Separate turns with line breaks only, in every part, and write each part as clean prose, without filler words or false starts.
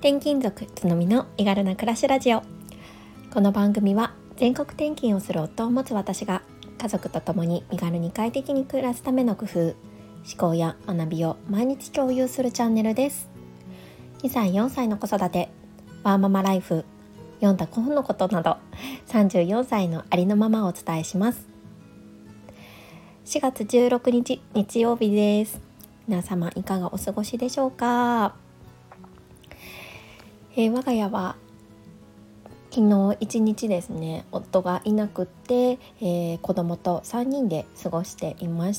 転勤族つのみの身軽な暮らしラジオ。この番組は全国転勤をする夫を持つ私が家族と共に身軽に快適に暮らすための工夫、思考や学びを毎日共有するチャンネルです。2歳4歳の子育て、ワーママライフ、読んだ本のことなど34歳のありのままをお伝えします。4月16日日曜日です。皆様いかがお過ごしでしょうか。我が家は昨日一日ですね、夫がいなくって、子供と3人で過ごしていました。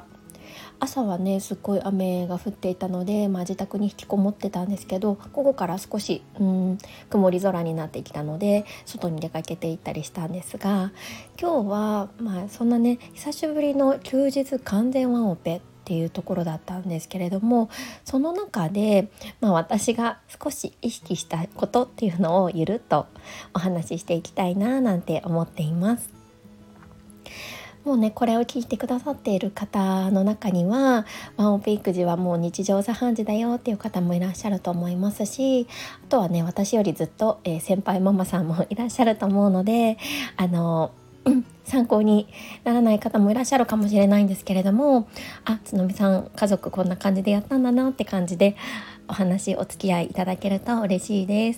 朝はねすっごい雨が降っていたので、自宅に引きこもってたんですけど、午後から少し曇り空になってきたので外に出かけていったりしたんですが、今日はそんなね久しぶりの休日完全ワンオペっていうところだったんですけれども、その中で、私が少し意識したことっていうのをゆるっとお話ししていきたいななんて思っています。もうねこれを聞いてくださっている方の中にはワンオペ育児はもう日常茶飯事だよっていう方もいらっしゃると思いますし、あとはね私よりずっと、先輩ママさんもいらっしゃると思うので、参考にならない方もいらっしゃるかもしれないんですけれども、つのみさん家族こんな感じでやったんだなって感じでお話お付き合いいただけると嬉しいです。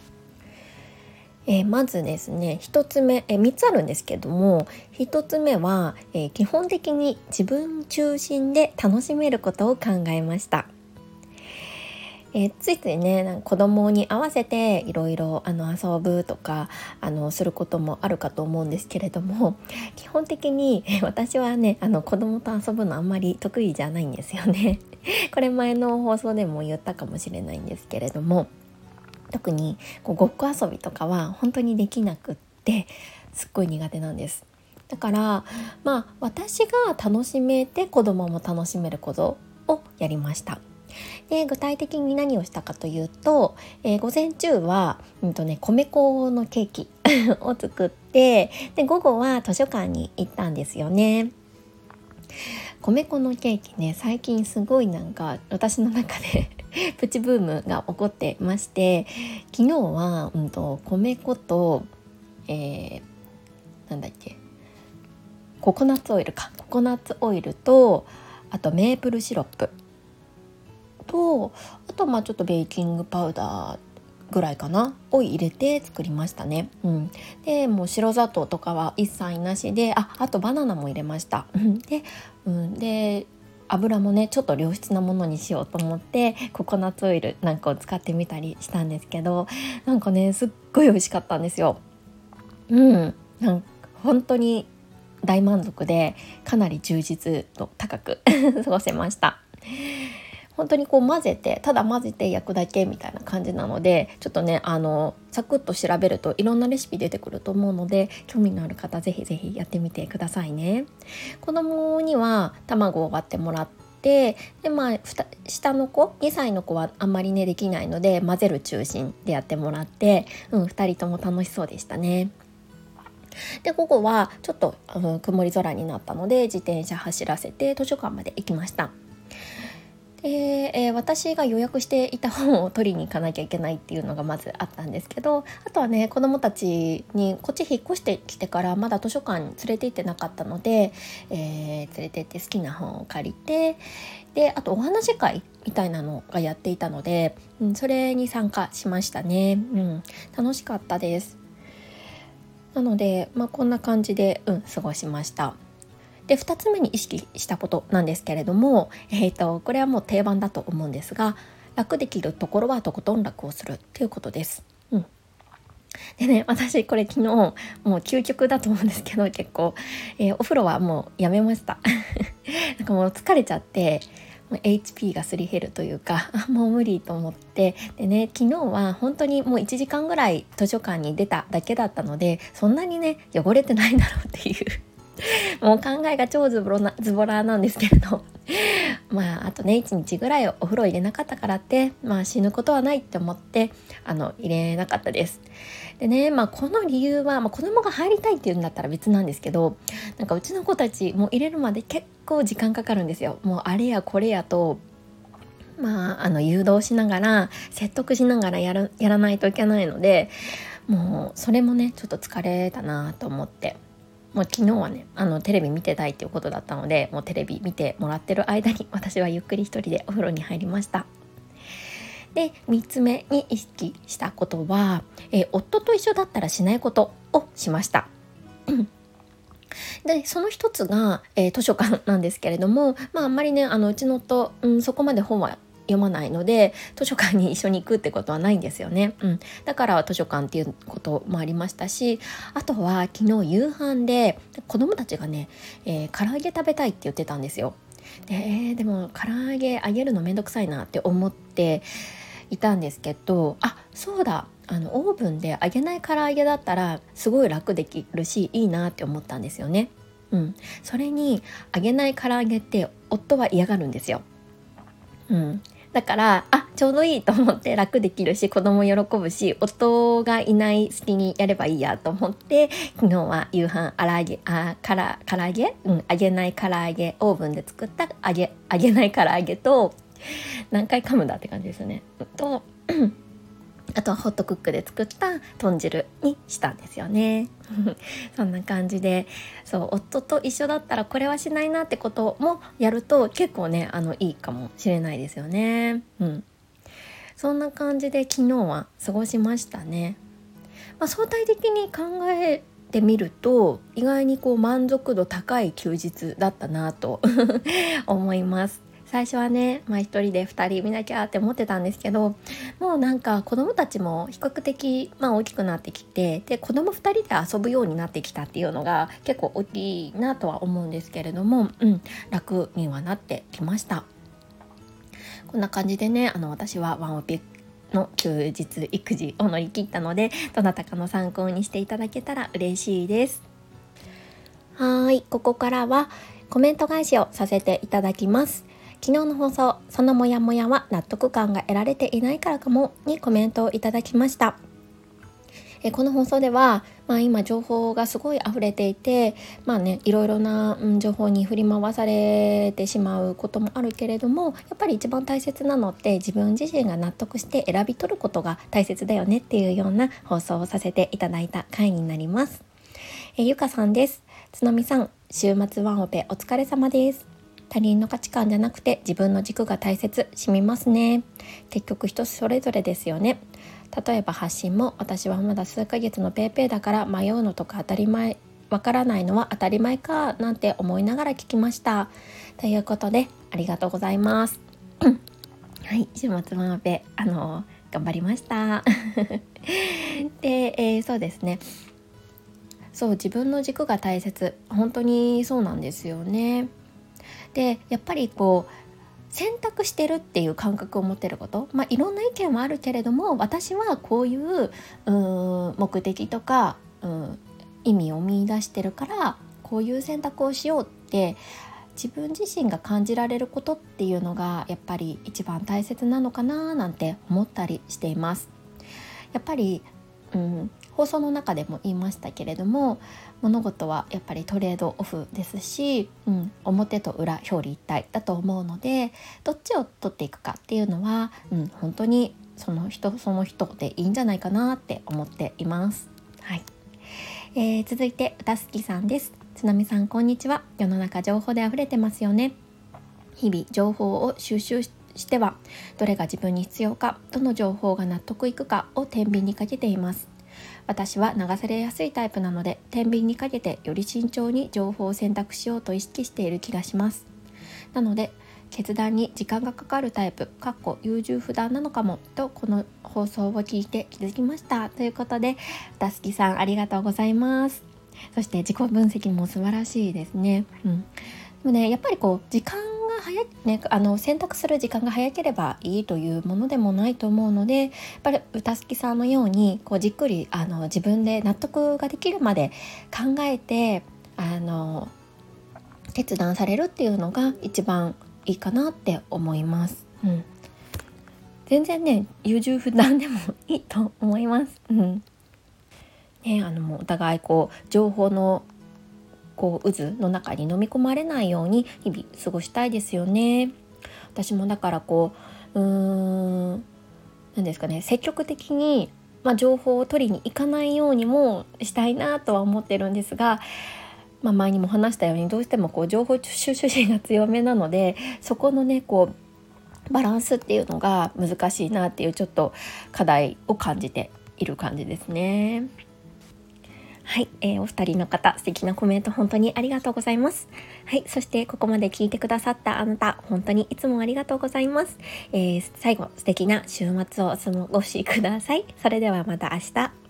まずですね1つ目、3つあるんですけども、1つ目は、基本的に自分中心で楽しめることを考えました。ついついね子供に合わせていろいろ遊ぶとかすることもあるかと思うんですけれども、基本的に私はね子供と遊ぶのあんまり得意じゃないんですよね。これ前の放送でも言ったかもしれないんですけれども、特にごっこ遊びとかは本当にできなくってすっごい苦手なんです。だから私が楽しめて子供も楽しめることをやりました。で具体的に何をしたかというと、午前中は、米粉のケーキを作って、で午後は図書館に行ったんですよね。米粉のケーキね最近すごい私の中でプチブームが起こってまして、昨日は、米粉と、ココナッツオイルとあとメープルシロップとあとちょっとベーキングパウダーぐらいかなを入れて作りましたね。でもう白砂糖とかは一切なしで、あとバナナも入れました。で油もねちょっと良質なものにしようと思ってココナッツオイルを使ってみたりしたんですけど、すっごい美味しかったんですよ。本当に大満足でかなり充実度高く過ごせました。本当にただ混ぜて焼くだけみたいな感じなので、ちょっとねサクッと調べるといろんなレシピ出てくると思うので、興味のある方ぜひぜひやってみてくださいね。子供には卵を割ってもらって、で下の子2歳の子はあんまりねできないので混ぜる中心でやってもらって、2人とも楽しそうでしたね。で午後はちょっと曇り空になったので自転車走らせて図書館まで行きました。私が予約していた本を取りに行かなきゃいけないっていうのがまずあったんですけど、あとはね子どもたちにこっち引っ越してきてからまだ図書館に連れて行ってなかったので、連れて行って好きな本を借りて、であとお話会みたいなのがやっていたので、それに参加しましたね。楽しかったです。なので、こんな感じで、過ごしました。で2つ目に意識したことなんですけれども、これはもう定番だと思うんですが、楽できるところはとことん楽をするっていうことです。でね私これ昨日もう究極だと思うんですけど、結構、お風呂はもうやめましたもう疲れちゃってHP がすり減るというかもう無理と思って、でね昨日は本当にもう1時間ぐらい図書館に出ただけだったので、そんなにね汚れてないだろうっていうもう考えが超ズボラなんですけれどあとね1日ぐらいお風呂入れなかったからって、死ぬことはないって思って入れなかったです。でね、この理由は、子供が入りたいっていうんだったら別なんですけど、うちの子たちもう入れるまで結構時間かかるんですよ。もうあれやこれやと誘導しながら説得しながらやらないといけないので、もうそれもねちょっと疲れたなと思って、もう昨日はねテレビ見てたいっていうことだったので、もうテレビ見てもらってる間に私はゆっくり一人でお風呂に入りました。で3つ目に意識したことは、夫と一緒だったらしないことをしました。でその一つが、図書館なんですけれども、あんまりねうちの夫、そこまで本は読まないので図書館に一緒に行くってことはないんですよね、だから図書館っていうこともありましたし、あとは昨日夕飯で子供たちがね、唐揚げ食べたいって言ってたんですよ。でも唐揚げ揚げるのめんどくさいなって思っていたんですけど、そうだ、オーブンで揚げない唐揚げだったらすごい楽できるしいいなって思ったんですよね。それに揚げない唐揚げって夫は嫌がるんですよ。だからちょうどいいと思って、楽できるし子供喜ぶし夫がいない隙にやればいいやと思って、昨日は夕飯唐揚げ、揚げない唐揚げ、オーブンで作った揚げない唐揚げと、何回噛むんだって感じですよね、とあとはホットクックで作った豚汁にしたんですよねそんな感じで、夫と一緒だったらこれはしないなってこともやると結構ねいいかもしれないですよね。そんな感じで昨日は過ごしましたね。相対的に考えてみると意外に満足度高い休日だったなと思います。最初はね、一人で2人見なきゃって思ってたんですけど、もうなんか子供たちも比較的、大きくなってきて、で子供2人で遊ぶようになってきたっていうのが結構大きいなとは思うんですけれども、楽にはなってきました。こんな感じでね、私はワンオペの休日育児を乗り切ったので、どなたかの参考にしていただけたら嬉しいです。ここからはコメント返しをさせていただきます。昨日の放送、そのモヤモヤは納得感が得られていないからかもにコメントをいただきました。この放送では、今情報がすごい溢れていて、いろいろな、情報に振り回されてしまうこともあるけれども、やっぱり一番大切なのって自分自身が納得して選び取ることが大切だよねっていうような放送をさせていただいた回になります。ゆかさんです。つのみさん、週末ワンオペお疲れ様です。他人の価値観じゃなくて自分の軸が大切、染みますね。結局人それぞれですよね。例えば発信も、私はまだ数ヶ月のペーペーだから迷うのとか当たり前、わからないのは当たり前かなんて思いながら聞きました。ということでありがとうございます。週末ワンオペ頑張りましたで、そうですね、自分の軸が大切、本当にそうなんですよね。でやっぱり選択してるっていう感覚を持ってること、いろんな意見はあるけれども、私はこういう目的とか意味を見出してるからこういう選択をしようって自分自身が感じられることっていうのがやっぱり一番大切なのかななんて思ったりしています。やっぱり放送の中でも言いましたけれども、物事はやっぱりトレードオフですし、表と裏表裏一体だと思うので、どっちを取っていくかっていうのは、本当にその人その人でいいんじゃないかなって思っています。続いて歌好きさんです。つなみさん、こんにちは。世の中情報で溢れてますよね。日々情報を収集してはどれが自分に必要か、どの情報が納得いくかを天秤にかけています。私は流されやすいタイプなので、天秤にかけてより慎重に情報を選択しようと意識している気がします。なので決断に時間がかかるタイプ優柔不断なのかもと、この放送を聞いて気づきました。ということで、歌好きさんありがとうございます。そして自己分析も素晴らしいですね。でもね、やっぱり時間が早い、選択する時間が早ければいいというものでもないと思うので、やっぱり歌好きさんのようにじっくり自分で納得ができるまで考えて決断されるっていうのが一番いいかなって思います。全然ね、優柔不断でもいいと思います。もうお互い情報の渦の中に飲み込まれないように日々過ごしたいですよね。私もだから何ですかね、積極的に、情報を取りに行かないようにもしたいなとは思ってるんですが、前にも話したようにどうしても情報収集心が強めなので、そこのねバランスっていうのが難しいなっていうちょっと課題を感じている感じですね。はい、お二人の方、素敵なコメント本当にありがとうございます。はい、そしてここまで聞いてくださったあなた、本当にいつもありがとうございます。最後、素敵な週末をお過ごしください。それではまた明日。